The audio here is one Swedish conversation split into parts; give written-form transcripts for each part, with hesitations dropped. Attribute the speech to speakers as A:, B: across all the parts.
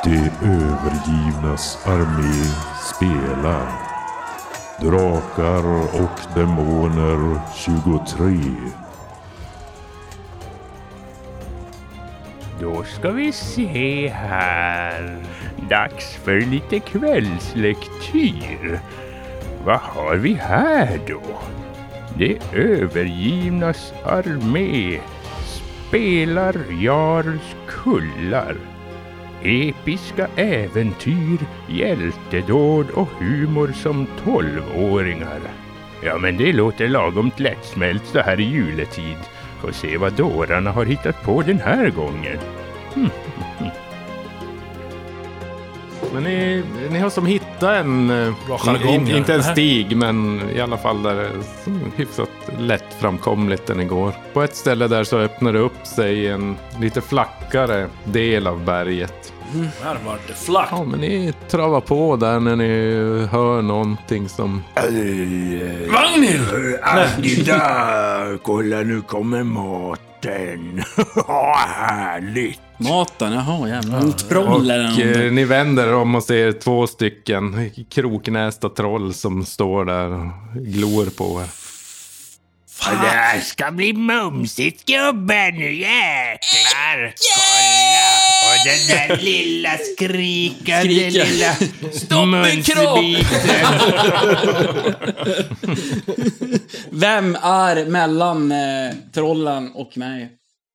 A: De övergivnas armé spelar Drakar och demoner 23.
B: Då ska vi se här. Dags för lite kvällslektyr. Vad har vi här då? De övergivnas armé spelar Jarls kullar. Episka äventyr, hjältedåd och humor som 12-åringar. Ja, men det låter lagomt lättsmält så här i juletid. Får se vad dårarna har hittat på den här gången.
C: Men ni har som hittat inte en stig, men i alla fall där det är hyfsat lätt framkomligt den igår. På ett ställe där så öppnar det upp sig en lite flackare del av berget.
D: Här var det flack.
C: Ja, men ni travar på där när ni hör någonting som...
D: Vagnhild!
B: Agda, kolla nu kommer maten. Härligt.
E: Maten, jaha, jävlar. Troll eller något.
C: Ni vänder om och ser 2 stycken kroknästa troll som står där och glor på er.
B: Det här ska bli mumsigt, gubben. Nu jäklar. Kolla. Och den där lilla skrikande lilla munsbiten.
E: Vem är mellan trollen och mig?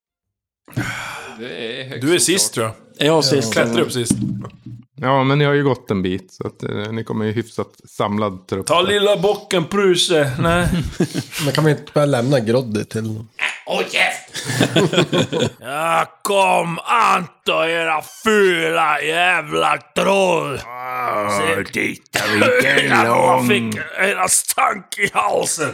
D: Du är sist, tror jag.
E: Jag sist.
D: Klättrar upp sist.
C: Ja, men ni har ju gått en bit så att ni kommer ju hyfsat samlad trupp.
D: Ta lilla bocken, Pruse. Nej.
F: Men kan vi inte bara lämna Groddy till dem?
B: Åh, käft!
D: Ja, kom Anton, era fula jävla troll.
B: Titta vilken
D: Jag
B: lång.
D: fick era stank i halsen.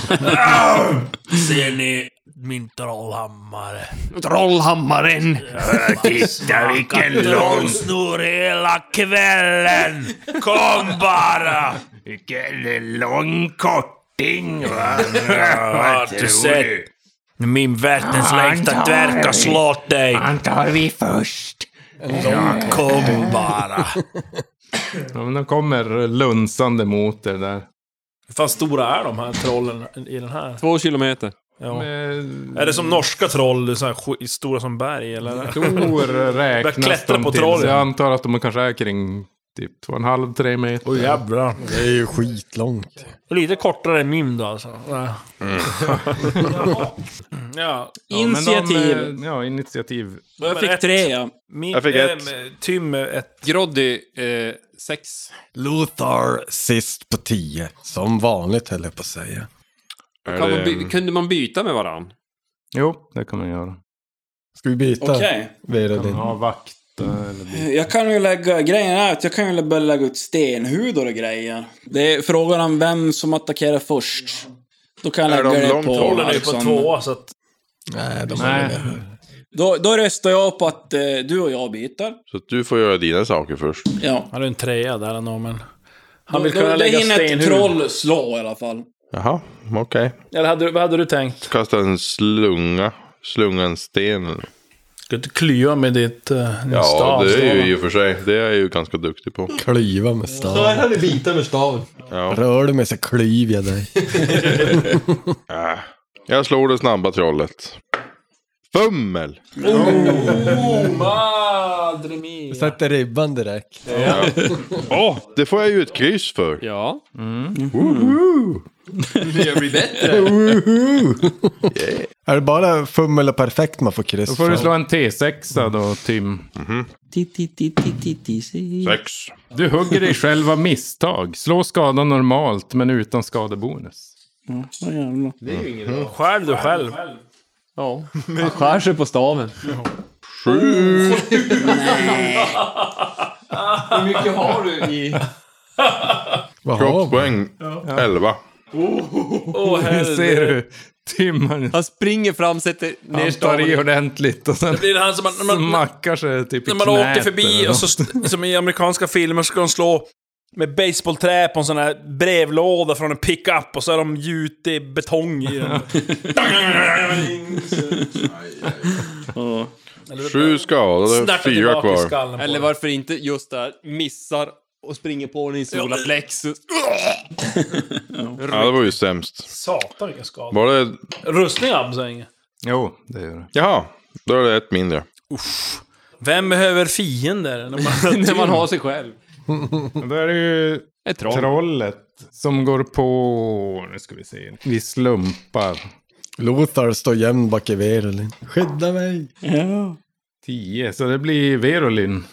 D: Ser ni min trollhammare?
B: Trollhammaren. Titta vilken lång.
D: Snor hela kvällen. Kom bara.
B: Vilken lång korting, va?
D: Har du sett? Min världens längsta dvärg slått dig.
B: Han tar vi först.
D: Kom bara.
C: Ja, men de kommer lunsande mot er där.
D: Hur fan stora är de här trollen i den här?
G: 2 kilometer.
D: Ja. Är det som norska troll, så här stora som berg eller?
C: Stor räknas
D: klättra
C: de
D: på
C: till.
D: trollen.
C: Så jag antar att de kanske är kring typ 2,5-3 meter.
D: Oj jävlar.
F: Det är ju skitlångt.
D: Lite kortare än min då alltså. Ja.
E: Initiativ.
C: Ja, initiativ.
E: Jag fick 3, ja.
D: Jag
G: fick 1.
D: Tim 1.
G: Groddy 6.
F: Lothar sist på 10. Som vanligt höll jag på att säga.
G: Kunde man byta med varann?
C: Jo, det kan man göra.
F: Ska vi byta?
E: Okej.
C: Kan man ha vakta eller...
E: Jag kan ju lägga... Grejen är att jag kan ju börja lägga ut stenhudor och grejer. Det är frågan om vem som attackerar först. Då kan jag lägga det på...
D: Trollen är ju på 2, så att...
F: Nej, de
C: Nej.
E: Då röstar jag på att du och jag byter.
H: Så att du får göra dina saker först.
E: Ja.
D: Han har en 3 där ändå, men... Han
E: Då,
D: vill kunna
E: det
D: lägga
E: hinner ett
D: stenhud.
E: troll slå i alla fall.
H: Jaha, okej.
D: Eller vad hade du tänkt?
H: Kasta en slunga en sten.
D: Ska du inte klya med ditt
H: Ja,
D: stav?
H: det är ju i och för sig. Det är jag ju ganska duktig på.
F: klyva med stav.
I: Här har du bitar med staven.
H: Ja.
F: Rör du mig så klyv jag dig.
H: Jag slår det snabba trollet. Fummel!
G: Madre mia.
F: Sätter ribban direkt.
H: Det får jag ju ett kryss för.
G: Ja.
I: Det blir bättre.
F: Är det bara fummel och perfekt man får kryss?
C: Då får du slå en T6 då, Tim.
H: 6.
C: Du hugger dig själv av misstag. Slå skadan normalt, men utan skadebonus.
E: Vad jävlar.
I: Det är ju inget bra.
D: Skär du själv?
G: Ja. Han skär sig på staven.
H: 7.
G: Hur mycket har du i...
F: Vad har man?
H: Kroppspoäng 11.
C: Ser du? Tim
G: Han springer fram, sätter ner
C: han tar i
G: staven.
C: ordentligt och sen
D: Det är han som man,
C: smackar sig typ i
D: när man
C: knät
D: åker förbi
C: eller
D: och så, som i amerikanska filmer ska de slå med baseballträ på en sån här brevlåda från en pickup och så är de gjutit betong i den.
H: 7 skadade,
D: Snärta
H: 4
D: tillbaka i
H: kvar.
D: skallen på
G: Eller
D: den.
G: varför inte just där missar och springer på den i solarplexus.
H: Ja, det var ju sämst.
D: Satan vilken skada.
H: Var det...
D: Rustning Abbe, sa Inge.
C: Jo, det gör det.
H: Jaha, då är det ett mindre.
D: Vem behöver fiender?
G: När man har sig själv.
C: Och då är det ju
G: Ett troll.
C: trollet som går på... Nu ska vi se. Vi slumpar.
F: Lothar står jämn bak i Verolin. Skydda mig!
E: Ja.
C: 10, så det blir Verolin.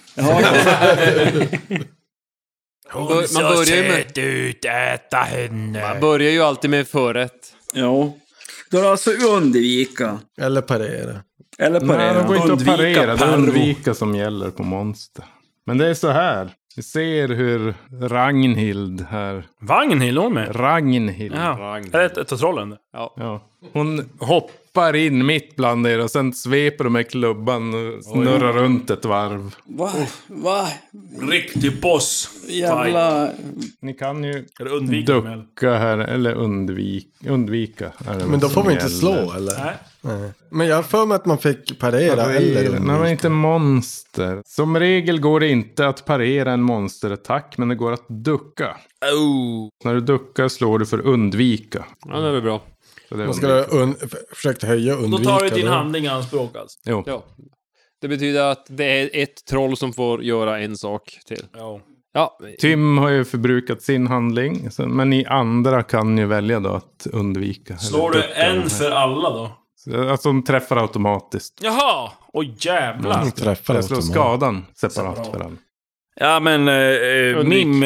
G: Man börjar ju med...
D: ut, äta henne.
G: Man börjar ju alltid med förrätt.
E: Ja. Då är det alltså undvika.
F: Eller parera.
E: Eller
C: Nej,
E: parera.
C: det går inte att
D: Undvika
C: parera. Det är
D: pervo.
C: undvika som gäller på monster. Men det är så här. Vi ser hur Ragnhild här...
D: Vagnhild hon med?
C: Ragnhild.
D: Ja. Är det ett av trollen?
C: Ja. Hon hoppar in mitt bland er och sen sveper de med klubban och snurrar runt ett varv.
E: Va?
D: Riktig boss.
E: Jävla...
C: Ni kan ju
D: Eller undvika dem, eller?
C: ducka här, eller undvika. Är det
F: Men
C: väl
F: då får
C: som
F: vi inte
C: gäller.
F: slå, eller?
D: Nej.
F: Nej. Men jag har för mig att man fick parera eller
C: Nej, men
F: undvika.
C: inte monster. Som regel går det inte att parera en monsterattack, men det går att ducka.
D: Oh.
C: När du duckar slår du för undvika.
G: Ja, det är väl bra.
C: Så det är
F: Man skulle ha försökt höja
D: Då
F: undvika.
D: tar du din handling i anspråk alltså.
C: Jo.
G: Ja. Det betyder att det är ett troll som får göra en sak till.
D: Ja.
G: Ja,
C: Tim har ju förbrukat sin handling, men ni andra kan ju välja då att undvika.
D: Slår
C: eller
D: du
C: ducka de
D: en
C: här.
D: för alla då?
C: Alltså de träffar automatiskt.
D: Jaha! Oj jävlar.
F: Man träffar
C: Jag slår
F: automat.
C: skadan separat för den.
D: Ja men Mim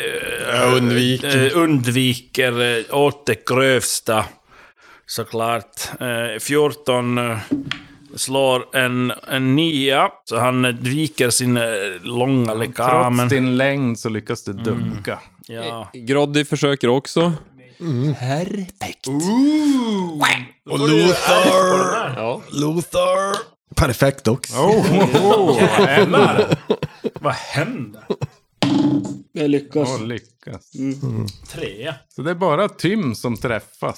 D: undviker åt det grövsta. Såklart. 14 slår en 9. Så han viker sin långa lekamen.
C: Trots din längd så lyckas du ducka.
D: Ja.
G: Groddy försöker också.
F: Och Lothar!
G: Ja.
F: Lothar! Perfekt också.
D: Vad händer?
E: Jag lyckas.
C: Ja, lyckas.
D: 3.
C: Så det är bara Tim som träffas.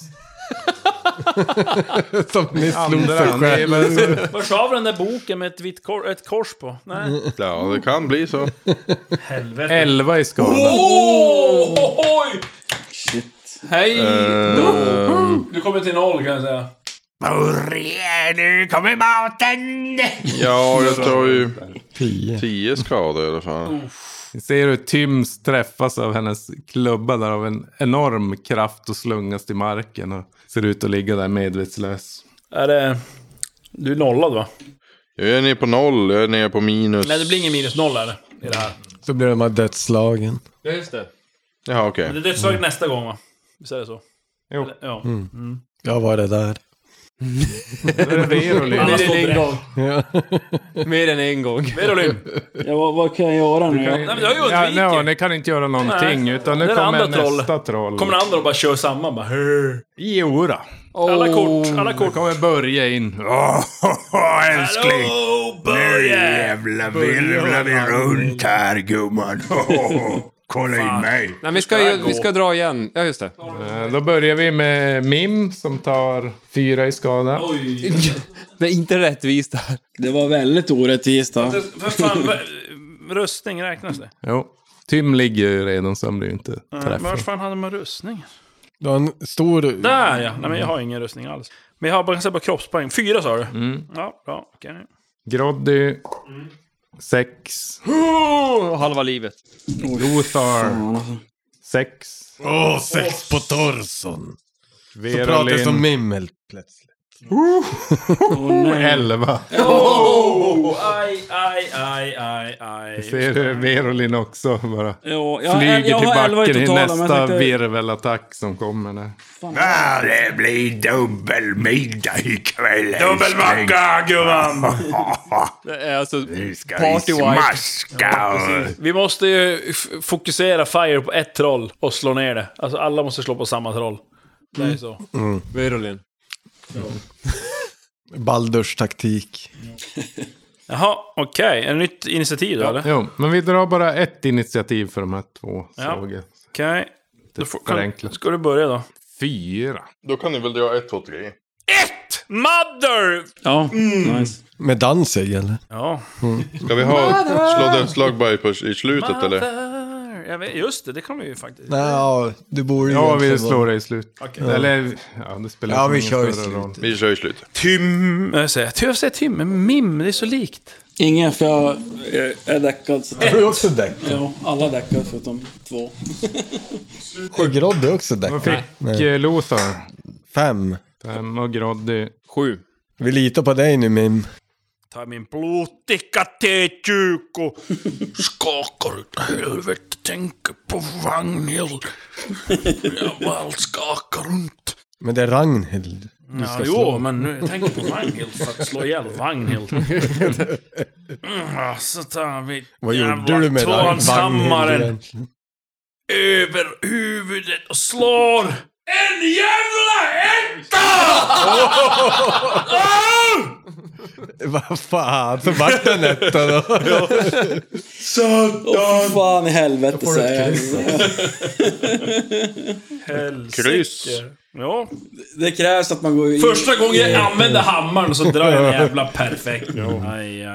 F: Som ni slog sig
C: Andra,
F: själv.
D: Var sa vi den där boken med ett kors på? Nej.
H: Ja, det kan bli så.
D: Helvete.
C: 11 i skada.
D: Oj! Hej! Du kommer till 0 kan jag säga.
B: Nu kommer maten!
H: Ja, jag tar ju
F: 10.
H: 10 skador i alla fall.
C: Vi ser hur Tim träffas av hennes klubba där av en enorm kraft och slungas till marken och ser ut att ligga där medvetslös.
D: Är det... Du är nollad va?
H: Jag är nere på 0, jag är nere på minus.
D: Nej, det blir ingen minus 0 är det. I det här.
F: Så blir de här dödslagen.
G: Ja, just det.
H: Jaha, okej.
D: Men det är dödsslaget nästa gång va? Visst är det så?
C: Jo.
D: Eller, ja.
F: Jag var det där.
C: Det är Verolin.
D: Alla
G: Mer
D: står
G: än en
D: brett.
G: gång.
F: Ja.
G: Mer än en gång.
D: Verolyn.
E: Ja, vad kan jag göra nu?
D: Nej, men du har ju undvikit.
C: Ja, ni kan inte göra någonting,
D: Nej.
C: utan nu
D: Det är
C: kommer
D: andra troll.
C: nästa troll.
D: Kommer andra och bara kör samma bara.
C: Jo då.
D: Alla kort, alla
C: Nu
D: kort.
C: kommer Börje in.
B: Älskling!
D: Hallå,
B: Nu
D: Börje!
B: jävla virvlar vi runt här gumman. Kolla in mig.
G: Nej, vi ska dra igen. Ja, just det.
C: Då börjar vi med Mim som tar 4 i skada.
D: Oj.
G: Det är inte rättvist där.
E: Det var väldigt orättvist då.
D: För fan, rustning räknas det?
C: Jo. Tim ligger ju redan så han blir ju inte
D: Men var
C: träffad.
D: fan hade man rustning?
F: Du har en stor...
D: Där ja! Nej men jag har ingen rustning alls. Men jag har bara kroppspoäng. 4 sa du? Ja, bra. Okej.
C: Groddy. 6.
G: Halva livet.
C: Lothar. 6.
F: 6 på torson. Så pratar jag
C: Verolin.
F: som Mimmel plötsligt.
C: 11.
D: Aj.
C: Ser du Verolin också bara
E: Jo,
C: flyger till
E: har 11
C: backen i
E: totalen, men
C: nästa
E: jag tänkte-
C: virvelattack som kommer där.
B: Ja, det blir dubbelmiddag ikväll.
D: Dubbelmacka gumman!
G: Det är alltså
B: Nu ska
G: party
B: vi
G: wipe.
B: smaska.
D: Vi måste ju fokusera fire på ett troll och slå ner det. Alltså alla måste slå på samma troll. Det är så.
G: Verolin.
F: Baldurs taktik.
D: Jaha, okej. En nytt initiativ då eller?
C: Jo, men vi drar bara ett initiativ för de här 2
D: Ja.
C: slagen.
D: Okej.
C: Det förenklat.
D: Ska du börja då?
C: 4.
H: Då kan ni väl dra 1, 2, 3.
D: 1! Mother!
E: Ja, nice.
F: Med dans i, eller?
D: Ja.
H: Ska vi ha slå dödslag bara i slutet eller?
D: Jag vet, just det kan vi ju faktiskt.
F: Nej, du borde ju...
C: Ja, vi slår det i slut.
D: Okay.
C: Eller, ja, det spelar
F: vi
C: ingen
F: kör i
C: större
F: slut.
C: roll.
H: Vi kör i slutet.
D: Jag säger Tim, men Mim, det är så likt.
E: Ingen, för jag är däckad. Så.
F: Du är också däckad.
E: Ja, alla däckade förutom 2.
F: Grodd är också
C: Vad
F: däckad.
C: fick Lothar?
F: 5.
C: 5 och Groddy
G: 7.
F: Vi litar på dig nu, Mim.
D: Ta min blotiga T-tjuk och skakar ut helvete. Tänker på Ragnhild. Jag bara skakar runt.
F: Men det är Ragnhild.
D: Ja, jo, men nu tänker på Ragnhild för att slå ihjäl Ragnhild. Så tar vi
F: Vad gjorde du med
D: tvåhammaren
F: egentligen?
D: över huvudet och slår en jävla etta!
F: Vad fan, så vart den etta då?
E: Åh fan i helvete, säger jag.
H: Kryss.
D: Ja.
E: Det krävs att man går in.
D: Första gången jag använder hammaren så drar jag en jävla perfekt. Aj.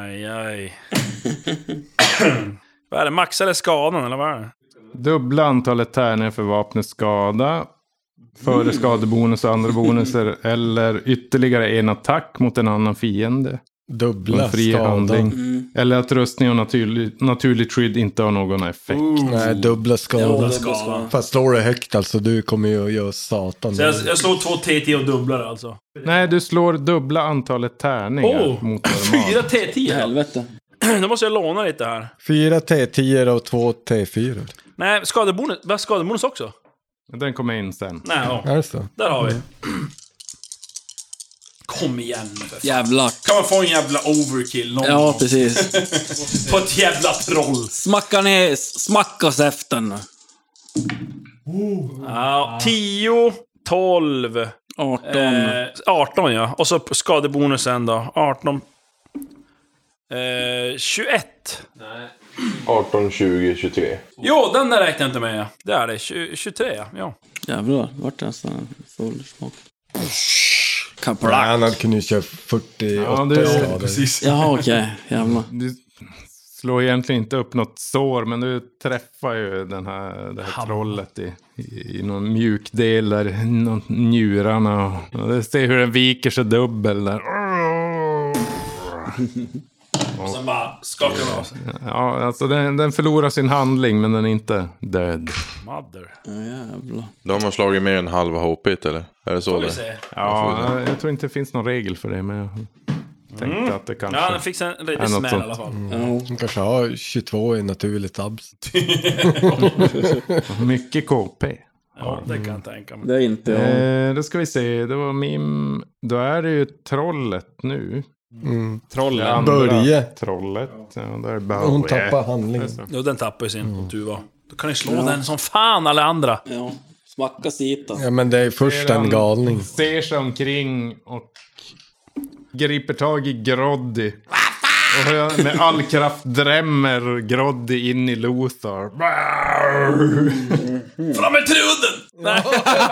D: Vad är det? Max eller skadan eller vad är det?
C: Dubbla antalet tärningar för vapnets skada. Före skadebonus och andra bonuser. Eller ytterligare en attack mot en annan fiende.
F: Dubbla
C: fri
F: skada.
C: handling. Eller att rustning och naturligt skydd inte har någon effekt.
F: Nej, dubbla skada.
E: Dubbla skada.
F: Fast slår det högt alltså, du kommer ju att göra satan.
D: Så jag slår 2 TT och dubblar alltså.
C: Nej, du slår dubbla antalet tärningar mot normal.
D: 4 T10.
E: Helvete.
D: Då måste jag låna lite här.
F: 4 T10 och 2 T4.
D: Nej, skadebonus. Vad skadebonus också?
C: Den kommer in sen.
D: Nej, ja.
F: Är det så?
D: Där har vi. Kom igen.
E: Jävlar.
D: Kan man få en jävla overkill någon
E: Ja,
D: gång?
E: precis.
D: På ett jävla troll.
E: Smacka oss efter nu.
D: Ja, 10, 12, 18 ja. Och så skadebonusen då. 18. 21. Nej.
H: 18, 20, 23.
D: Jo, den där räknar jag inte med. Ja. Det är det. 23 ja.
E: Jävlar, vart är nästan full smak.
F: Han hade kunnat köra 48 skador.
D: Precis.
E: Ja, okej. Jävlar.
C: Du slår egentligen inte upp något sår, men du träffar ju det här trollet i någon mjuk del där, njurarna. Och du ser hur den viker sig dubbel där.
D: Och sen bara skakar den av sig.
C: Ja, alltså den förlorar sin handling, men den är inte död.
D: Mother.
E: Ja, jävlar.
H: De har slagit mer än halva HP eller? Är det så
D: Får vi
H: det?
D: se.
C: Ja, jag tror inte det finns någon regel för det, men jag tänkte att det kanske...
D: Ja, den fick en redig smäll i alla fall.
F: Han kanske har 22 i naturligt abs.
C: Mycket KP.
D: Ja, det kan jag tänka mig.
E: Det är inte jag.
C: Då ska vi se, det var Mim. Då är det ju trollet nu.
G: Trollen.
F: Börje.
C: Trollet. Ja, där är bara...
F: Hon tappar handlingen.
D: Jo, den tappar ju sin tuva. Då kan ni slå den som fan alla andra.
E: Ja. Smacka sita.
F: Ja, men det är först en galning.
C: Ser sig omkring och griper tag i Groddy. Och med all kraft drämmer Groddy in i Lothar.
D: Fram med truden! Nej.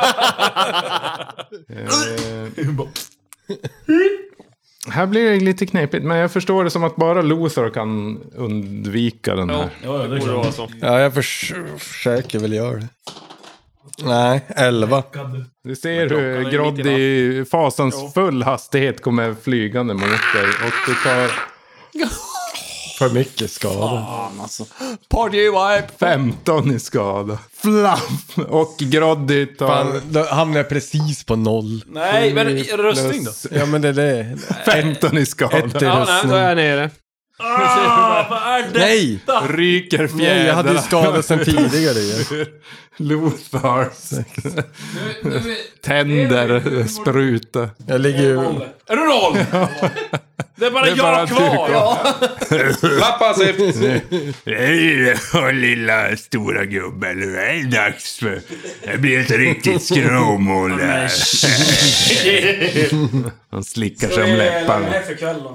C: Här blir det lite knepigt, men jag förstår det som att bara Lothar kan undvika den här.
D: Ja, det går bra så.
F: Ja, jag försöker väl göra det. Nej, 11.
C: Du ser hur Groddy i fasansfull hastighet kommer flygande mot dig. Och du tar
F: För mycket skada.
E: Fan alltså.
C: Party wipe 15 i skada. Flaff! Och Groddy tar...
F: Fan, då hamnar jag precis på 0.
D: Nej, men röstning då?
F: Ja, men det är det.
C: 15 i skada.
F: Ett i
G: Ja, nej,
F: röstning.
G: då är jag nere.
D: Vad är det?
F: Nej!
C: Ryker fjädrar.
F: Nej, jag hade ju skadat sen tidigare ju.
C: Lothars tänder spruta.
F: Jag ligger ju...
D: Är du roll? Det är bara
C: Det är bara
D: jag
C: du
D: kvar!
C: kvar.
H: Lappas efter!
B: Hej, lilla stora gubben. Nu är det dags för... Det blir ett riktigt skråmål där.
C: Han slickar sig om läpparna.
D: för kvällen.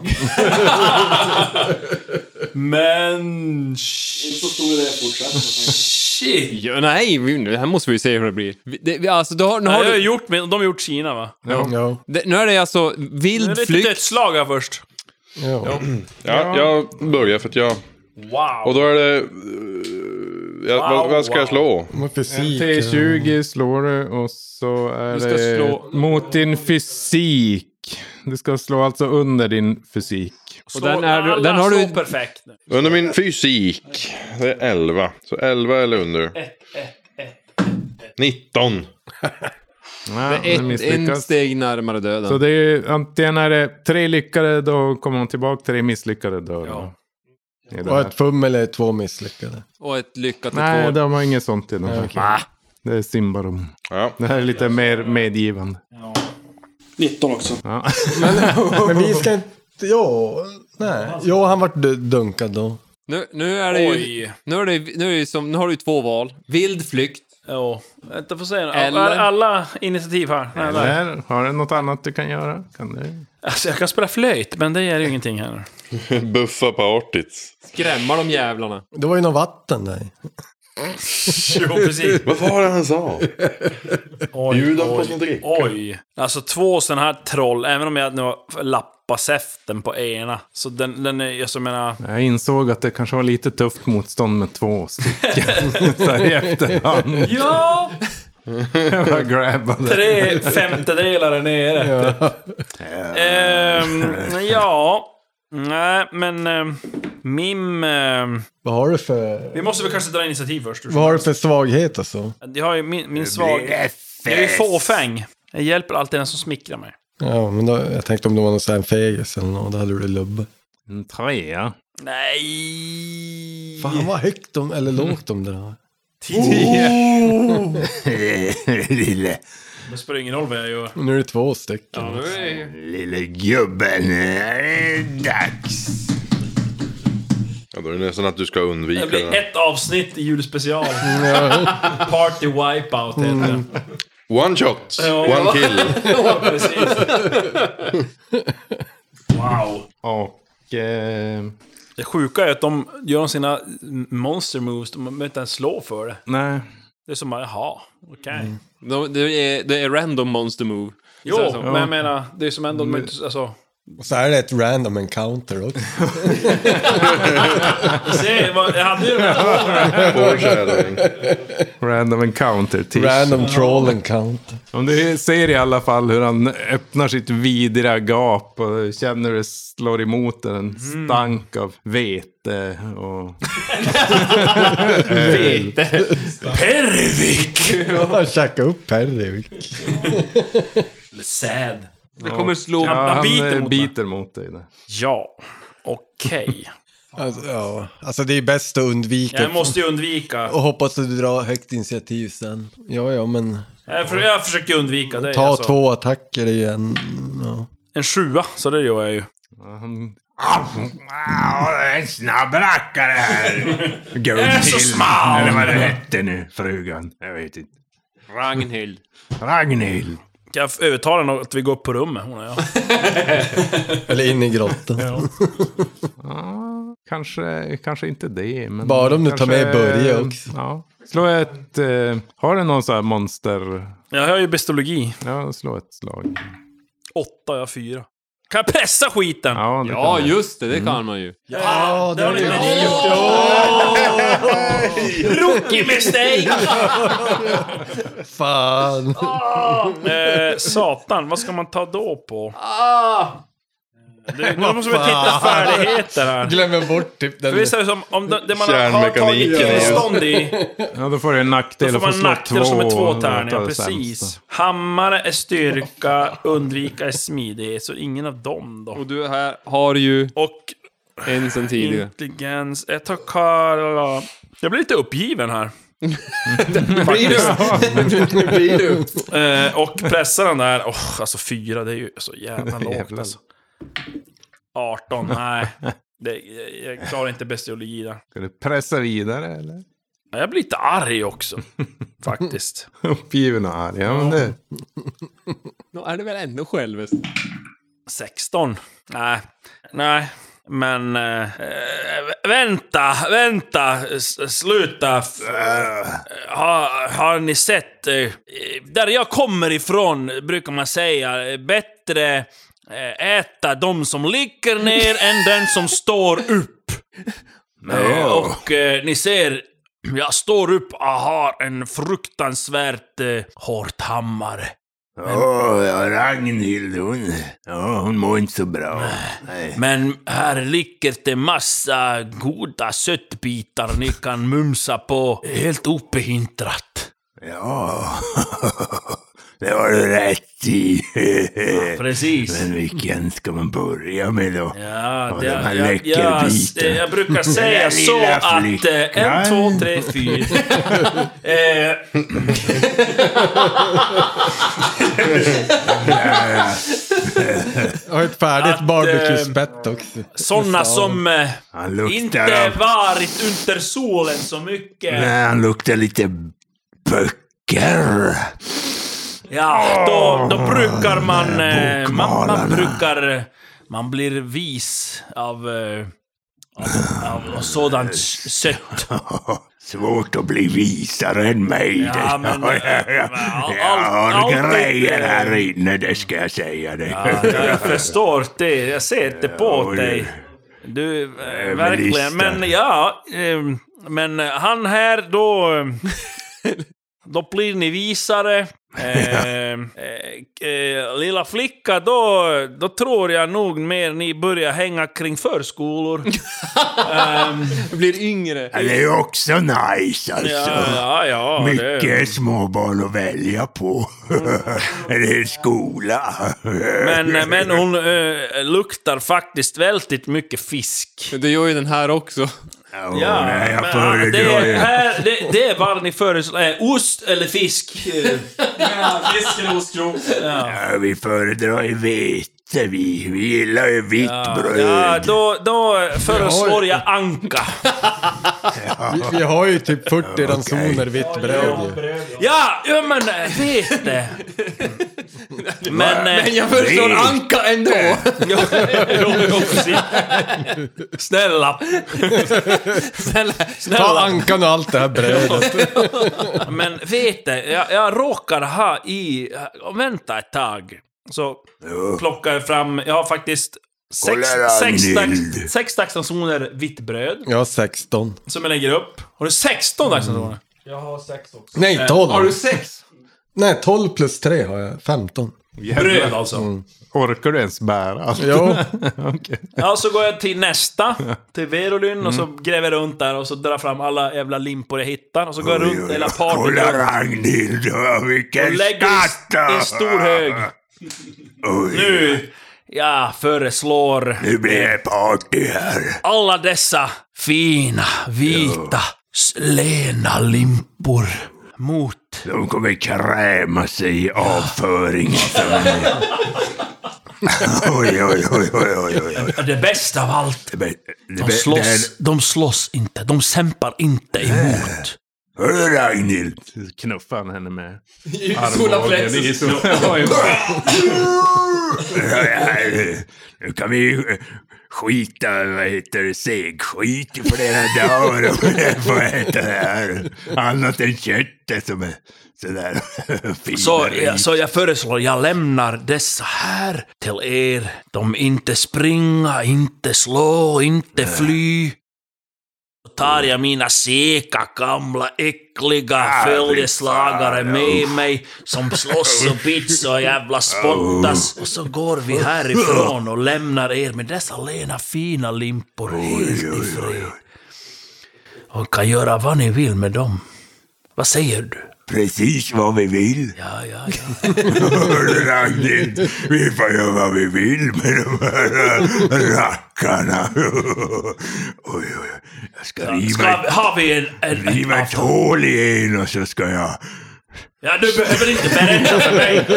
D: Men...
E: Så stor är det fortsatt.
D: Shit!
G: Ja, nej, det här måste vi se hur det blir. Alltså, nu har
D: Jag har
G: du...
D: gjort de har gjort Kina, va?
F: Ja.
G: Nu är det alltså
D: Nu är
G: vild
D: det
G: flykt.
D: ett slag här först.
F: Ja.
H: Ja, jag börjar för att jag...
D: Wow.
H: Och då är det... vad ska jag slå?
F: Med fysik.
C: T20 slår du och så är
G: Du ska
C: det
G: slå-
C: mot din fysik. Du ska slå alltså under din fysik.
D: Så
G: den har
D: alla
G: du-
D: slår perfekt nu.
H: Under min fysik. Det är 11. Så 11 eller under. 19.
C: Nej,
G: Det är en
C: misslyckas.
G: steg närmare döden.
C: Så det är antingen är det 3 lyckade, då kommer man tillbaka, 3 misslyckade då.
D: Ja.
C: Det är det
F: Och
C: här.
F: ett fummel eller 2 misslyckade.
G: Och ett lyckat
C: Nej,
G: rekord.
C: de har inget sånt i den här. Det är Simbarum.
H: Ja.
C: Det här är lite mer medgivande.
E: 19 också.
C: Ja.
F: Men vi ska inte... Nej. Jo, han vart dunkad då.
G: Nu är det ju...
D: Oj.
G: Nu har du 2 val. Vild flykt.
D: Ja. Vänta, får se.
G: Eller-
D: Alla initiativ här. Nej, nej.
C: Eller, har du något annat du kan göra? Kan du?
D: Alltså, jag kan spela flöjt, men det är ju ingenting här.
H: Buffa på artigt.
G: Skrämma de jävlarna.
F: Det var ju något vatten där.
D: Jo, precis.
H: Vad var det han sa? Bjud dem på sin dricka.
D: Oj. Alltså 2 sådana här troll, även om jag nu har lappat säften på ena. Så den är, jag menar...
C: Jag insåg att det kanske var lite tufft motstånd med 2 stycken. Så här i efterhand.
D: Ja!
C: Jag bara grabbade.
D: 3/5 är nere. Ja. Nej, men... Mim...
F: Vad har du för...
D: vi måste väl kanske dra initiativ först.
F: Vad har du för svaghet alltså?
D: Jag har ju min svag... Jag är ju fåfäng. Jag hjälper alltid den som smickrar mig.
F: Ja, men då, jag tänkte om det var någon sån här fegis eller något. Då hade du lubbe.
C: En 3.
D: Nej!
F: Fan vad högt eller lågt de där.
C: Lille.
D: Det spelar ingen roll vad jag gör.
F: Nu är det 2 stycken.
C: Lille gubben. Dags.
H: Ja, då är det nästan att du ska undvika
D: Det blir
H: det.
D: ett avsnitt i julspecial. Party wipeout heter det.
H: One shot,
D: Ja.
H: one kill.
D: Ja, precis. Wow.
C: Och...
D: Det sjuka är att de gör sina monster moves, de behöver inte ens slå för det.
C: nej.
D: Det är som bara, jaha, okej.
G: Det är random monster move.
D: Jo,
G: Så är det så.
D: men jag menar, det är som ändå, alltså...
F: Och så är det ett random encounter också.
D: Se, jag hade ju de här.
H: Foreshadowing.
C: Random encounter.
F: Random troll encounter.
C: Om du ser i alla fall hur han öppnar sitt vidriga gap och känner hur det slår emot en stank av vete och...
D: Pervik!
F: Han käkade upp Perry.
D: Sad.
G: Det kommer slå...
C: Ja, han
D: biter
C: biter
D: mot
C: mot dig där.
D: Ja, okej.
F: Alltså det är bäst att undvika.
D: Jag måste ju undvika.
F: Och hoppas att du drar högt initiativ sen. Ja, men...
D: Jag försöker undvika det.
F: Ta
D: alltså.
F: 2 attacker igen. Ja.
D: En 7, så det gör jag ju.
C: En snabb rackare här.
D: Så smal!
C: Eller vad det hette nu, frugan. Jag vet inte.
G: Ragnhild.
C: Ragnhild.
D: Kan jag övertala henne att vi går upp på rummet, hon och jag?
F: Eller in i grottan.
C: Ja, kanske inte det. Men
F: Bara om du
C: kanske,
F: tar med Börje också.
C: Ja. Slå ett... har du någon sån här monster...
D: Jag har ju bestologi.
C: Ja, slå ett slag.
D: 8, jag har 4. Kan jag pressa skiten?
C: Ja, det
G: Ja,
C: kan du.
G: just det. Det kan man ju.
D: Ja, det har ni gjort. Rookie mistake!
F: Fan.
D: Satan, vad ska man ta då på? Nu måste vi titta färdigheter här.
F: Glömmer bort typ den.
D: För visst är det som om det man har
H: Kärnmekaniken
D: tagit
H: är ju-
D: tillstånd i,
C: Ja, då får du en nackdel
D: då får
C: och
D: man en nackdel som är 2
C: ta
D: tärningar.
C: det
D: Precis.
C: sämsta.
D: Hammare är styrka, undvika är smidighet, så ingen av dem då.
G: Och du här har ju
D: Och
G: en sen tidigare.
D: intelligens, jag tar Karla. Jag blir lite uppgiven här.
G: Blir du?
D: Och pressar den där. Alltså 4, det är ju så jävla lågt
C: Jävlar.
D: alltså. 18, nej. Jag klarar inte bestiologi där.
C: Ska du pressa vidare eller?
D: Jag blir lite arg också. Faktiskt.
C: Uppgiven och arg. Ja, men det...
G: Nå är det väl ändå självest.
D: 16. Nej. Men vänta, sluta. Har ni sett där jag kommer ifrån brukar man säga bättre äta de som ligger ner än den som står upp. Och ni ser, jag står upp och har en fruktansvärt hårt hammare.
B: Ragnhild, hon mår inte så bra. Nej.
D: Men här ligger det massa goda köttbitar ni kan mumsa på helt opehindrat.
B: Ja, det har du rätt i.
D: Precis.
B: Men vilken ska man börja med då?
D: Ja,
B: jag
D: brukar säga så att 1, 2, 3, 4.
F: Jag har ett färdigt barbecue-spett också.
D: Sådana som inte varit under solen så mycket.
B: Nej, han luktar lite böcker.
D: Ja, då brukar man blir vis av sådant sött.
B: Svårt att bli visare än mig.
D: Ja, men
B: jag har grejer här inne, det ska jag säga dig.
D: Ja, jag förstår det. Jag ser det på dig. Du, verkligen. Men ja, men han här då blir ni visare. Lilla flicka, då tror jag nog mer ni börjar hänga kring förskolor.
G: Blir yngre.
B: Det är också nice alltså.
D: Ja,
B: mycket småbarn att välja på. Det är skola.
D: Men hon luktar faktiskt väldigt mycket fisk.
G: Det gör ju den här också.
D: Ja, men det är vad ni föreslår. Ost eller fisk?
E: Fisk eller ost,
B: ja, vi föredrar ju vete. Vi gillar ju vitt bröd.
D: Ja, då föreslår jag anka.
F: Vi har ju typ 40 ransoner vitt bröd.
D: Ja, men vete. Men
G: jag föreslår anka ändå.
D: Snälla.
F: Ta ankan och allt det här brödet.
D: Men vete, jag råkar ha i... Vänta ett tag. Så plockar jag fram... Jag har faktiskt 6 dagsransoner vitt bröd.
F: Jag har 16.
D: Som jag lägger upp. Har du 16 dagsransoner? Jag har 6 också.
F: Nej, 12.
G: Har du 6?
F: Nej, 12 plus 3 har jag. 15.
D: Bröd alltså.
C: Orkar du ens bära?
F: Jo.
C: Okay.
D: Ja, så går jag till nästa. Till Verolyn. Och så gräver jag runt där. Och så drar fram alla jävla limpor jag hittar. Och så går jag runt hela party.
B: Kolla Ragnhild, vilken skatt!
D: En stor hög. Nu... Jag föreslår...
B: Nu blir det party här.
D: Alla dessa fina, vita, lena limpor mot...
B: De kommer kräma sig i avföringen. Oj.
D: Det bästa av allt. De slåss inte. De kämpar inte emot.
B: Hörru Ragnhild.
C: Knuffar han henne med
G: armbågen.
B: Nu kan vi skita, segskit i flera dagar och få äta det här. Annat än köttet som är sådär fint.
D: Så jag föreslår, jag lämnar dessa här till er. De inte springa, inte slå, inte fly. Då tar jag mina seka, gamla, äckliga följeslagare med mig som slåss och bits och jävla spottas. Och så går vi härifrån och lämnar er med dessa lena fina limpor helt i fred. Och kan göra vad ni vill med dem. Vad säger du?
B: Precis vad vi vill.
D: Ja.
B: Ragnhild, vi får göra vad vi vill med de här rackarna. Oj. Jag ska riva ett hål i en och så ska jag...
D: Ja, du behöver inte berätta för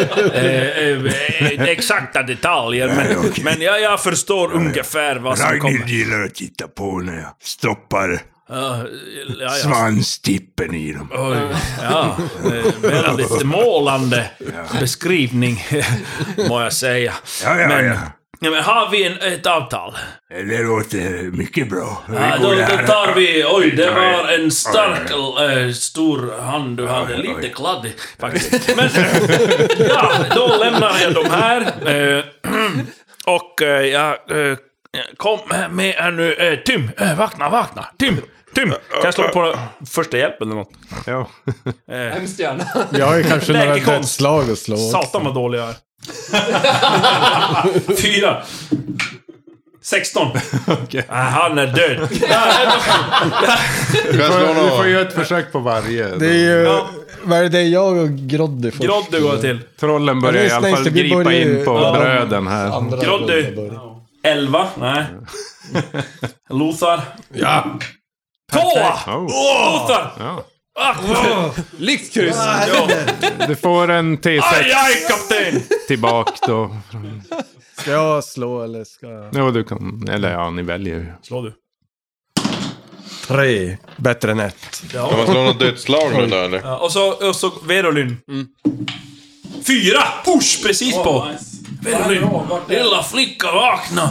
D: mig exakta detaljer, men jag förstår ungefär vad som kommer.
B: Ragnhild gillar att titta på när jag stoppar svanstippen i dem.
D: Väldigt målande beskrivning, må jag säga.
B: Ja.
D: Ja, men har vi ett avtal?
B: Det låter mycket bra.
D: Ja, då tar vi... Oj, det var en stark, stor hand du hade. Lite kladdig, faktiskt. Men, ja, då lämnar jag de här. Och jag... Kom med här nu. Tim, vakna. Tim, kan jag slå på första hjälp eller något?
C: Ja.
G: Hemskt gärna.
F: Jag har ju kanske några
D: Läkekonst.
F: dödslag att slå.
D: Satan vad dålig jag är. 4. 16.
C: Okej.
D: Han är död.
H: Kan jag slå
C: Vi får
H: något?
C: göra ett försök på varje.
F: Det är ju... Vad är det jag och Groddy först?
D: Groddy går till.
C: Trollen börjar i alla fall gripa in på bröden här.
D: Groddy. 11. Nej. Lothar.
F: Ja.
D: 2!
C: Oh.
D: Lothar!
C: Ja.
G: Lyxkryss.
D: Ja.
C: Du får en T6
D: Aj, kapten!
C: tillbaka då.
F: Ska jag slå eller ska jag...
C: Ja, du kan. Eller ja, ni väljer ju.
D: Slå du.
F: 3. Bättre än 1.
H: Kan man slå något dödslag nu då eller?
D: Ja, och så Verolyn. 4! Push precis på. Verolyn. Lilla flicka, vakna.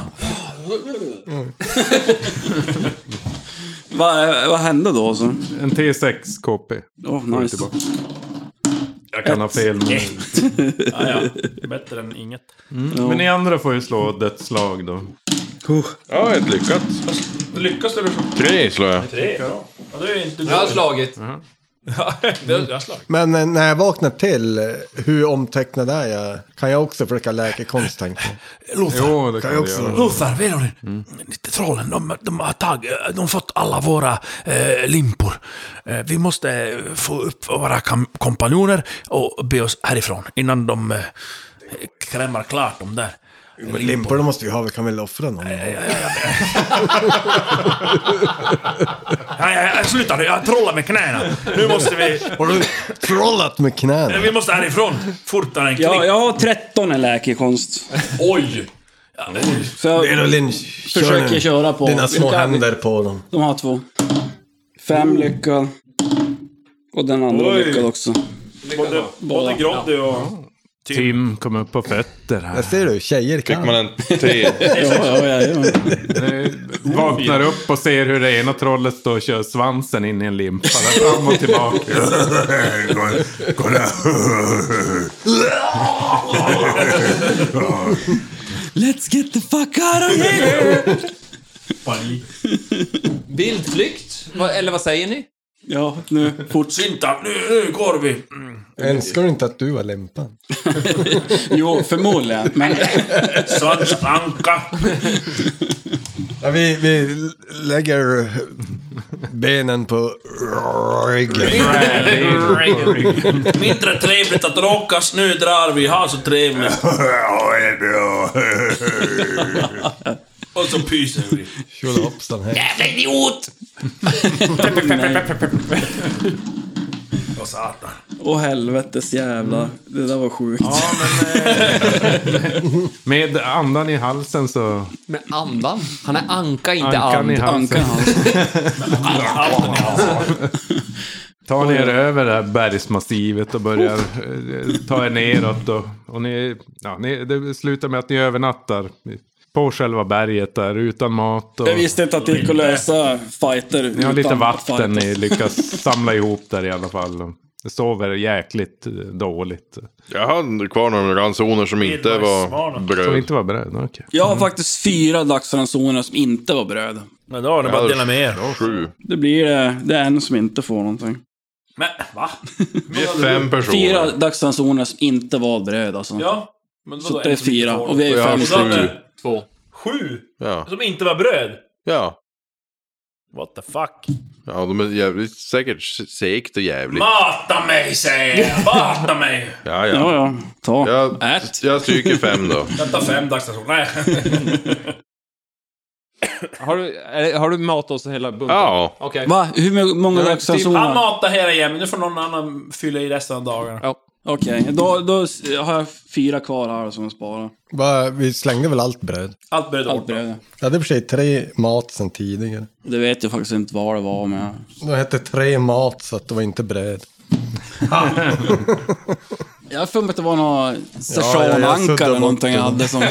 E: Vad hände då så?
C: En T6 KP.
E: Nice.
C: Jag kan ha fel. Men,
D: Ja. Bättre än inget.
C: men ni andra får ju slå dödslag då.
H: Ja, ett lyckat.
D: Lyckas du?
H: 3 slår jag.
D: 3, bra. Ja, det är inte
G: Jag har slagit.
D: Ja, det har jag slagit.
F: Men när jag vaknar till, hur omtecknad är jag? Kan jag också försöka läkekonst, tänkte jag?
D: Lothar.
C: Jo, det kan du
F: också.
C: göra.
D: Lothar, Verolyn. Trollen, de har fått alla våra limpor. Vi måste få upp våra kompanjoner och be oss härifrån innan de krämar klart dem där.
F: Limpor måste vi ha, vi kan väl offra någon.
D: Sluta nu, jag trollar med knäna. Nu måste vi...
F: Har du trollat med knäna?
D: Vi måste härifrån. Fortare än klick.
E: Ja, jag har 13 i läkekonst.
D: Oj! Ja,
E: Så jag
F: Verolyn,
E: försöker köra på...
F: dina små
E: Vilka-
F: händer på dem.
E: De har 2. 5 lyckad. Och den andra lyckad också.
D: både Groddy och...
C: Tim kom upp på fötter här.
F: Jag ser du, tjejer
H: Fick
F: kan.
H: man en 3.
E: Ja.
C: Vaknar upp och ser hur det ena trollet står och kör svansen in i en limpa. Där fram och tillbaka.
B: Kolla.
E: Let's get the fuck out of here!
G: Vildflykt? Eller vad säger ni?
E: Ja, nu
D: Synta, nu går vi.
F: Önskar du inte att du var limpan?
E: Jo, förmodligen. Men
D: Svansanka.
F: Ja, vi lägger benen på ryggen.
D: Mindre trevligt att råkas. Nu drar vi. Ha så trevligt.
B: Ja, det är bra.
D: Och så pyser vi.
F: Tjolahoppsan här.
D: Jävla idiot! Vad satan.
E: åh helvetes jävlar. Det där var sjukt.
C: Ja, men med andan i halsen så...
G: Med andan? Han är anka, inte
C: Ankan i
G: and.
C: halsen.
E: Anka.
C: Tar ni er över det här bergsmassivet och börjar ta er neråt. Och ni, det slutar med att ni övernattar på själva berget där utan mat. Och
E: Jag visste inte att det gick att lösa fighter.
C: ni har lite
E: utan
C: vatten
E: fighter.
C: ni lyckas samla ihop där i alla fall. Det sover jäkligt dåligt.
H: Jag hade kvar några ransoner som inte var
C: Som
H: bröd.
C: inte var bröd, okej.
E: Jag har faktiskt 4 dagsransoner som inte var bröd.
D: Men då har ni bara dela med er.
H: 7.
E: Det blir det är en som inte får någonting.
D: Men, va?
H: Vi är 5 personer.
E: 4 dagsransoner som inte var bröd alltså.
D: Ja. Men
E: Så det är 4 och vi är ju
H: Och jag har
E: 5
H: 7.
E: stycken.
G: 2.
D: 7?
H: Ja.
D: Som inte var bröd?
H: Ja.
D: What the fuck?
H: Ja, de är jävligt, säkert segt och jävligt.
D: Mata mig, säger jag. Mata mig.
H: Ja.
E: Ja, ta. Ät.
H: Jag stryker 5 då.
D: Jag tar 5 dagsstationer. Nej.
G: Har du matat oss hela bunten?
H: Ja.
G: Okej.
E: Va? Hur många
D: Han
E: dagsransoner?
D: matar hela jämn. Nu får någon annan fylla i resten av dagen.
G: Ja.
E: Okej, då har jag 4 kvar här som jag sparar.
F: Vi slängde väl allt bröd?
D: Allt bröd
E: Allt
D: borta.
E: bröd.
F: Jag hade för sig 3 mat sen tidigare.
E: Det vet jag faktiskt inte vad det var med.
F: Det hette 3 mat så att det var inte bröd.
E: Jag har för mig att det var någon sessionankar eller någonting jag hade som...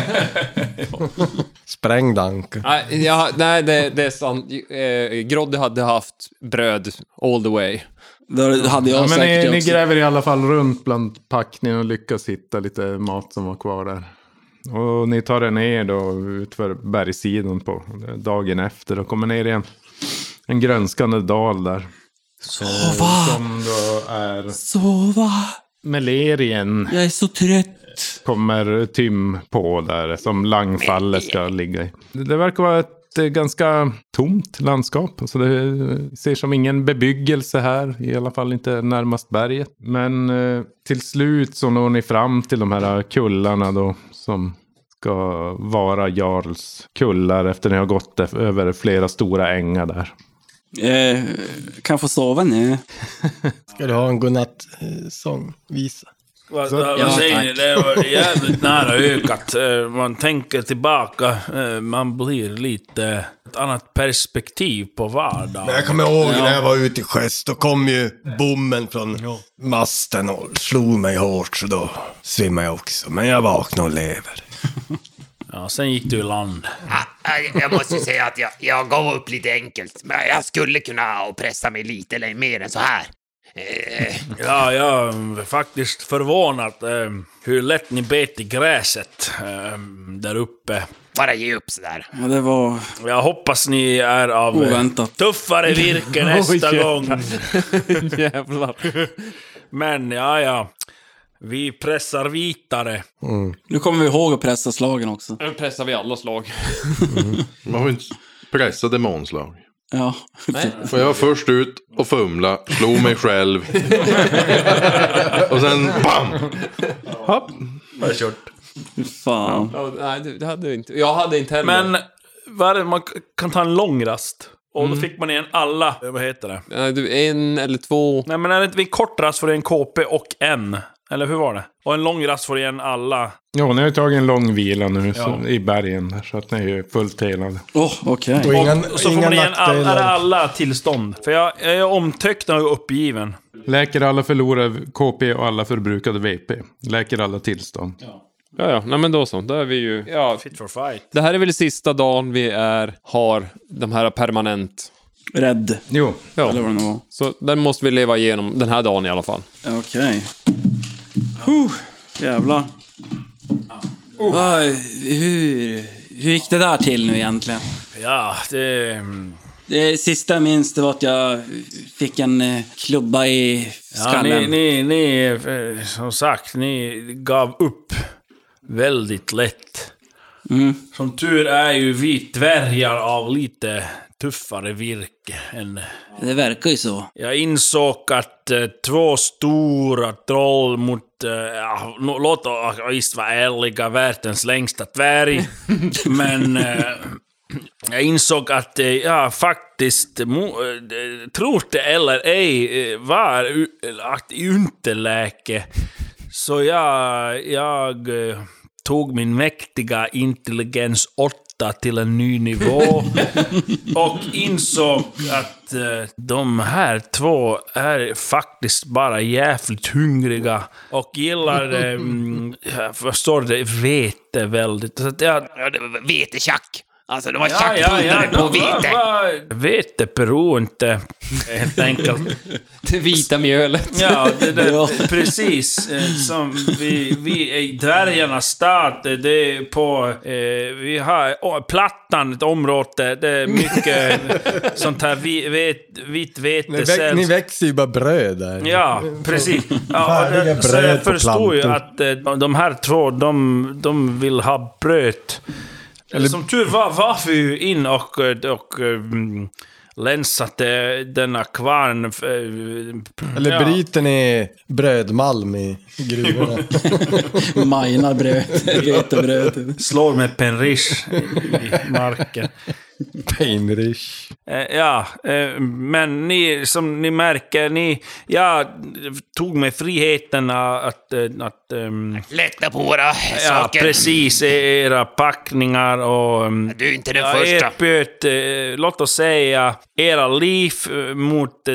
F: Sprängd anka.
G: Nej, det är sant. Groddy hade haft bröd all the way.
E: Det hade jag säkert
C: ni
E: också.
C: gräver i alla fall runt bland packningen och lyckas hitta lite mat som var kvar där. Och ni tar er ner då utför bergssidan på dagen efter och kommer ner i en grönskande dal där.
E: Sova!
C: Som då är
E: Sova!
C: Melerien.
E: Jag är så trött.
C: Kommer Tim på där som Langfallet ska ligga i. Det verkar vara ett ganska tomt landskap. Så det ser som ingen bebyggelse här. I alla fall inte närmast berget. Men till slut så når ni fram till de här kullarna då. Som ska vara Jarls kullar efter ni har gått över flera stora ängar där.
E: Kan jag få sova nu?
F: Ska du ha en godnatt-sång? Visa.
D: Vad säger ni? Det var jävligt nära ökat. Man tänker tillbaka. Man blir lite ett annat perspektiv på vardagen.
F: Men jag kommer ihåg när jag var ute i sjöss. Då kom ju bommen från masten och slog mig hårt. Så då svimmade jag också. Men jag vaknade och lever.
D: Ja, sen gick du i land.
J: Jag måste säga att jag gav upp lite enkelt. Men jag skulle kunna pressa mig lite eller mer än så här.
D: Ja, jag är faktiskt förvånad hur lätt ni bet i gräset där uppe.
J: Bara ge upp sådär.
E: Ja, det var...
D: Jag hoppas ni är av
E: oväntat.
D: Tuffare virke nästa gång.
G: Jävlar.
D: Men ja. Vi pressar vitare.
E: Nu kommer vi ihåg att pressa slagen också.
G: Nu pressar vi alla slag.
H: Man får inte pressa demonslag.
E: Ja.
H: För jag var först ut och fumla, slog mig själv. Och sen BAM! Hopp.
D: Jag har kört.
E: Fan.
G: Nej, det hade inte. Jag hade inte heller.
D: Men vad är det? Man kan ta en lång rast. Och då fick man igen alla. Vad heter det?
G: En eller två.
D: Nej, men är det inte en kort rast får du en KP och en? Eller hur var det? Och en lång rast får du igen alla.
C: Ja, ni har tagit en lång vila nu i bergen där, så att ni är fullt helade.
E: Okej.
D: Och så får man igen alla tillstånd. För jag är omtöcknad och uppgiven.
C: Läker alla förlorade KP och alla förbrukade VP. Läker alla tillstånd.
G: Ja. Nej, men då så. Då är vi ju... Ja,
D: fit for fight.
G: Det här är väl sista dagen vi har de här permanent...
E: Rädd.
C: Jo.
G: Ja.
E: Eller vad det nu var.
G: Så den måste vi leva igenom den här dagen i alla fall.
E: Okej. Jävlar. Hur gick det där till nu egentligen?
D: Ja,
E: Det sista jag minns det var att jag fick en klubba i skallen.
D: Ja, ni som sagt, ni gav upp väldigt lätt. Som tur är ju vi dvärgar av lite tuffare virke än...
E: Det verkar ju så.
D: Jag insåg att två stora troll mot, låt oss vara ärliga, världens längsta dvärg. Men jag insåg att jag faktiskt, tror det eller ej, var att inte läke. Så jag tog min mäktiga intelligens 8 till en ny nivå och insåg att de här två är faktiskt bara jävligt hungriga och gillar jag förstår det, vete väldigt. Så att
J: Vetetjack. Alltså de var tjackpundare på vete.
D: Vete beror inte helt enkelt.
G: Det vita mjölet.
D: Ja, precis. Som vi i dvärgarnas stad, det är på... vi har Plattan, ett område, det är mycket sånt här vitt vete.
F: Ni växer ju bara bröd där.
D: Ja, precis. Ja, så jag förstår ju att de här två, de vill ha bröd. Eller som tur var vi ju in och länsade denna kvarn.
F: Eller bryter ni brödmalm i gruvorna?
E: Majnar bröd, vetebröd.
D: Slår med penrish i marken.
F: Penrish.
D: Men ni, som ni märker, jag tog mig friheten att
J: lätta på våra saker.
D: Ja, precis, era packningar och...
J: Du är inte den första.
D: Erbjöd, låt oss säga, era liv mot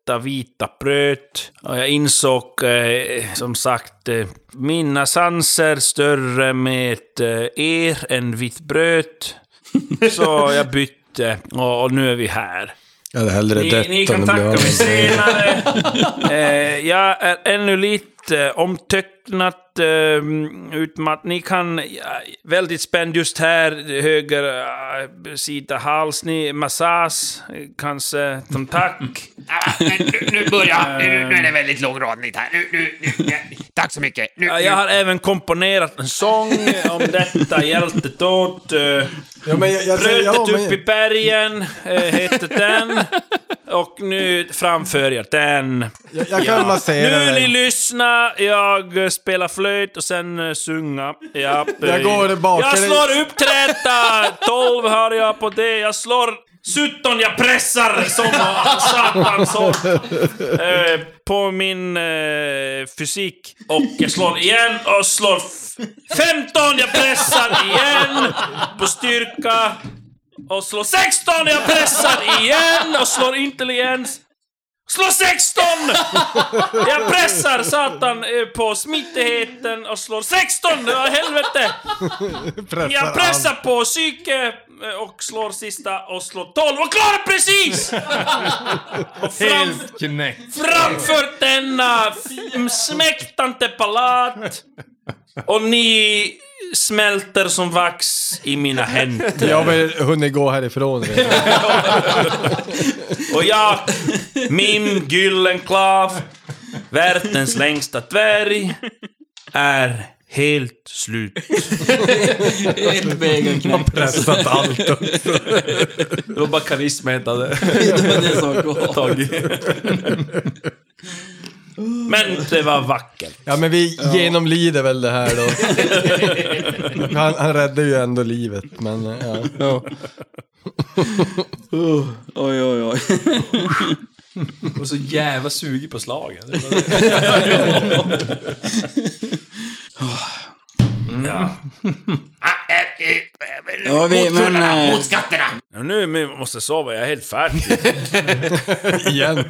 D: detta vita bröd. Och jag insåg som sagt mina sanser större med er än vitt bröd. Så jag bytte och nu är vi här.
F: Jag hade hellre dött.
D: Ni kan tacka mig senare. Jag är ännu lite omtöcknat utmatt. Ni kan väldigt spänd just här höger sida hals. Ni massage kanske som tack.
J: Nu börjar nu är det väldigt långrandigt här. Nu. Tack så mycket.
D: Jag har även komponerat en sång om detta hjältetåt. Brötet upp i bergen heter den. Och nu framför jag den.
F: Jag kan massera
D: nu
F: den.
D: ni lyssna. Jag spelar flöjt och sen sjunga. Ja,
F: jag går bak.
D: Jag slår upp 12 har jag på det. Jag slår 17, jag pressar som satan så, på min fysik. Och jag slår igen och slår 15, jag pressar igen på styrka. Och slår 16, jag pressar igen och slår intelligens. Slår 16! Jag pressar satan på smittigheten och slår 16, det var helvete. Jag pressar på psyke och slår sista och slår 12 och klarar precis! Och
C: Helt knäckt.
D: Framför denna smäktande palat. Och ni smälter som vax i mina händer.
F: Jag vill hunnit gå härifrån.
D: Och jag, min Gyllenklav, världens längsta dvärg, är helt slut.
E: Ett vägen knäckt.
F: Pressat allt.
D: Det var bara karisma hettade.
E: Det var det som var
D: tagit. Men det var vackert.
F: Ja, men vi genomlider väl det här då. Han räddade ju ändå livet, men ja.
E: Oj.
D: Och så jävla suger på slagen. Ja.
J: Mot skatterna.
D: Nu måste jag sova, jag är helt färdig.
F: Igen.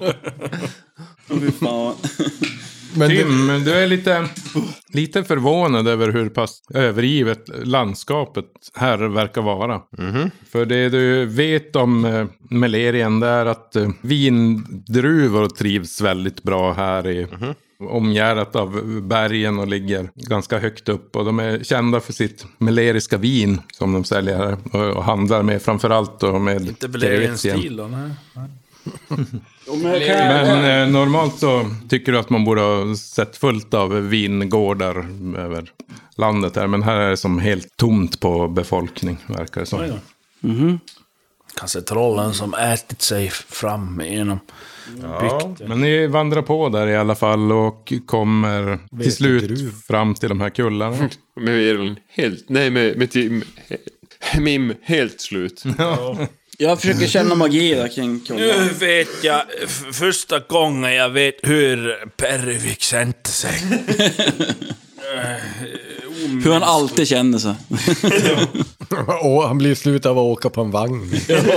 C: Men Tim, du är lite förvånad över hur pass övergivet landskapet här verkar vara. För det du vet om Melerien är att vindruvor trivs väldigt bra här omgärdat av bergen och ligger ganska högt upp. Och de är kända för sitt meleriska vin som de säljer här och handlar med, framförallt då med
D: inte Belerian stil då, nej.
C: Men normalt så tycker du att man borde ha sett fullt av vingårdar över landet här. Men här är det som helt tomt på befolkning, verkar det som.
D: Kanske trollen som ätit sig fram genom bygden.
C: Men ni vandrar på där i alla fall och kommer till slut fram till de här kullarna.
G: Med Virulin helt... Nej, med Mim helt slut.
E: Jag försöker känna magi där kring kullarna.
D: Nu vet jag första gången jag vet hur Pervik kände sig.
E: Hur han alltid känner sig.
F: Han blir slut av att åka på en vagn.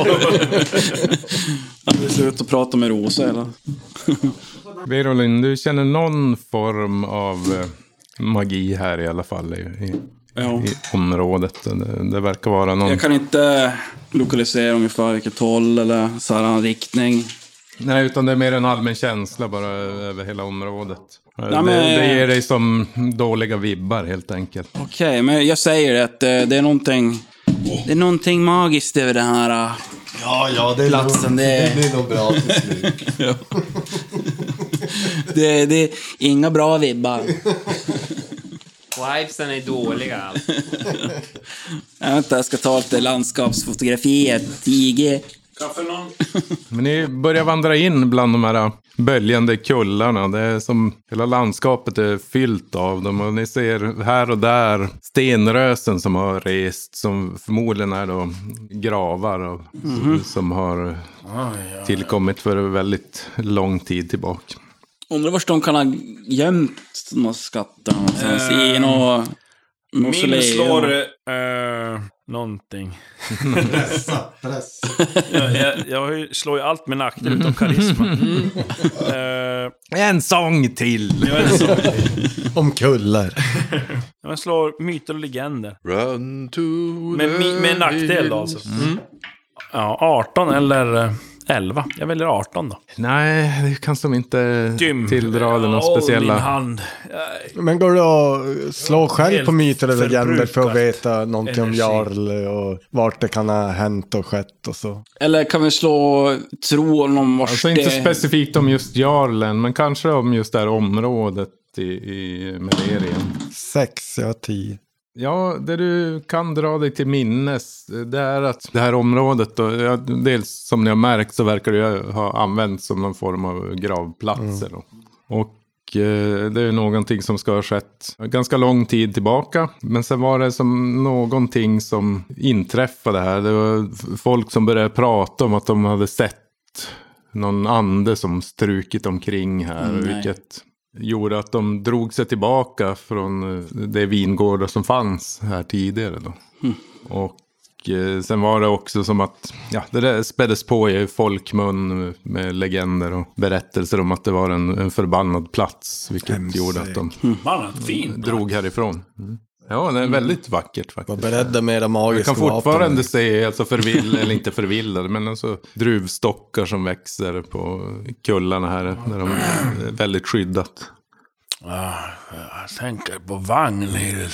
E: Han blir slut att prata med Rosa eller?
C: Virulin, du känner någon form av magi här i alla fall i området. Det verkar vara någon...
E: Jag kan inte lokalisera ungefär vilket håll eller så här en riktning.
C: Nej, utan det är mer en allmän känsla bara över hela området. Det ger dig som dåliga vibbar helt enkelt.
E: Okej, men jag säger det att det är någonting magiskt över den här
F: det är
E: platsen.
F: Det blir nog bra till slut.
E: Det är inga bra vibbar.
G: Vibesen är dåliga.
E: Jag ska ta lite landskapsfotografier. IG.
D: Kaffe någon?
C: Men ni börjar vandra in bland de här böljande kullarna. Det är som hela landskapet är fyllt av dem. Och ni ser här och där stenrösen som har rest. Som förmodligen är då gravar. Och, som har tillkommit för väldigt lång tid tillbaka.
E: Undrar var de kan ha gömt de här skatterna någonstans. I något
D: Min slår
K: någonting.
F: Press.
K: Jag slår ju allt med nackdel utom karisma.
C: En sång till!
F: Om kullar.
K: Jag slår myter och legender.
H: Run to
K: Med nackdel då alltså. Ja, 18 eller 11. Jag väljer 18 då.
C: Nej, det kan som inte tilldra det några speciella.
K: Min hand.
F: Men går det att slå själv på myter eller legender för att veta någonting om Jarl och vart det kan ha hänt och skett och så?
E: Eller kan vi slå tro om vart
C: alltså inte specifikt om just Jarlen, men kanske om just det här området i Melerien.
F: 6, jag har 10.
C: Ja, det du kan dra dig till minnes, det är att det här området då, dels som ni har märkt så verkar det ha använts som någon form av gravplatser då. Och det är någonting som ska ha skett ganska lång tid tillbaka. Men sen var det som någonting som inträffade här. Det var folk som började prata om att de hade sett någon ande som strukit omkring här. Vilket gjorde att de drog sig tillbaka från det vingårdar som fanns här tidigare då. Och sen var det också som att det där späddes på i folkmun med legender och berättelser om att det var en förbannad plats. Vilket gjorde att de drog härifrån. Ja, det är väldigt vackert faktiskt.
F: Var beredda med era magiska
C: vapen. Jag kan fortfarande se alltså eller inte förvillade, men alltså druvstockar som växer på kullarna här. Där de är väldigt skyddat.
K: Jag tänker på Vagnhild.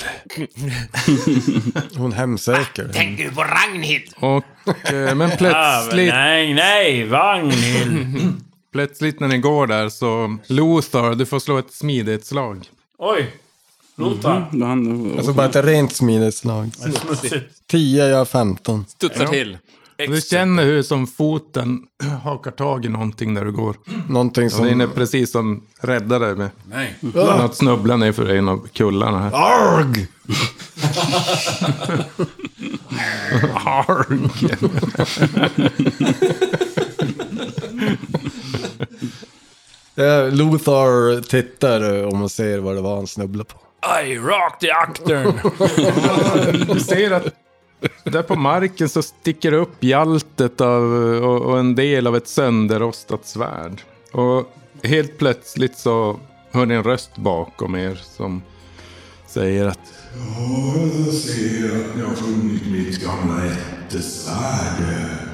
F: Hon hemsöker.
J: Tänker du på Ragnhild?
C: Och, men plötsligt...
K: nej, Vagnhild.
C: Plötsligt när ni går där så... Lothar, du får slå ett smidighetsslag.
K: Oj, Lothar.
F: Alltså bara ett rent smidighetsslag. 10, jag har 15.
G: Studsar till.
C: Du känner hur som foten hakar tag i någonting där du går.
F: Någonting som...
C: Det är precis som räddar dig med. Nej. Något snubblar ner för en av kullarna här.
F: Arg!
C: Arg!
F: Lothar tittar om man ser vad det var han snubblade på.
K: Aj, rakt i aktorn.
C: Du ser att där på marken så sticker upp hjältet och en del av ett sönderrostat svärd. Och helt plötsligt så hör ni en röst bakom er som säger att
A: jag ser att ni har funnit mitt gamla ättesvärd.